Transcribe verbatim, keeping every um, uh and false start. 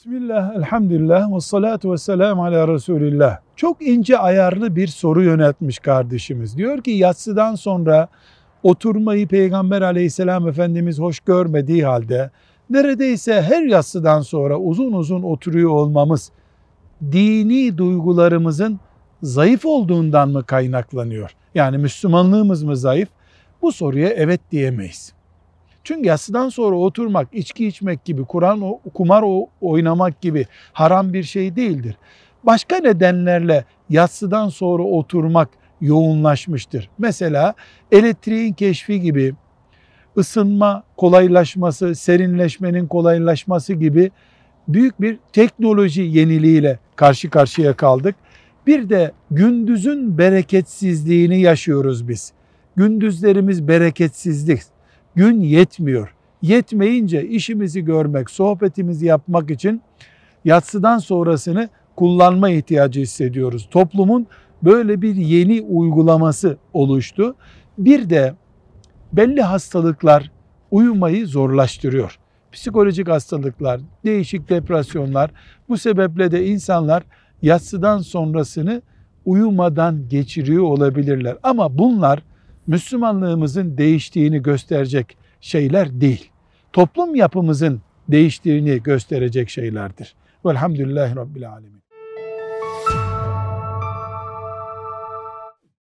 Bismillah, elhamdülillah, ve salatu ve selamu ala Resulillah. Çok ince ayarlı bir soru yöneltmiş kardeşimiz. Diyor ki yatsıdan sonra oturmayı Peygamber aleyhisselam Efendimiz hoş görmediği halde neredeyse her yatsıdan sonra uzun uzun oturuyor olmamız dini duygularımızın zayıf olduğundan mı kaynaklanıyor? Yani Müslümanlığımız mı zayıf? Bu soruya evet diyemeyiz. Çünkü yatsıdan sonra oturmak, içki içmek gibi, Kur'an kumar oynamak gibi haram bir şey değildir. Başka nedenlerle yatsıdan sonra oturmak yoğunlaşmıştır. Mesela elektriğin keşfi gibi, ısınma kolaylaşması, serinleşmenin kolaylaşması gibi büyük bir teknoloji yeniliğiyle karşı karşıya kaldık. Bir de gündüzün bereketsizliğini yaşıyoruz biz. Gündüzlerimiz bereketsizlik. Gün yetmiyor. Yetmeyince işimizi görmek, sohbetimizi yapmak için yatsıdan sonrasını kullanma ihtiyacı hissediyoruz. Toplumun böyle bir yeni uygulaması oluştu. Bir de belli hastalıklar uyumayı zorlaştırıyor. Psikolojik hastalıklar, değişik depresyonlar. Bu sebeple de insanlar yatsıdan sonrasını uyumadan geçiriyor olabilirler. Ama bunlar Müslümanlığımızın değiştiğini gösterecek şeyler değil. Toplum yapımızın değiştiğini gösterecek şeylerdir. Velhamdülillahi Rabbil Alemin.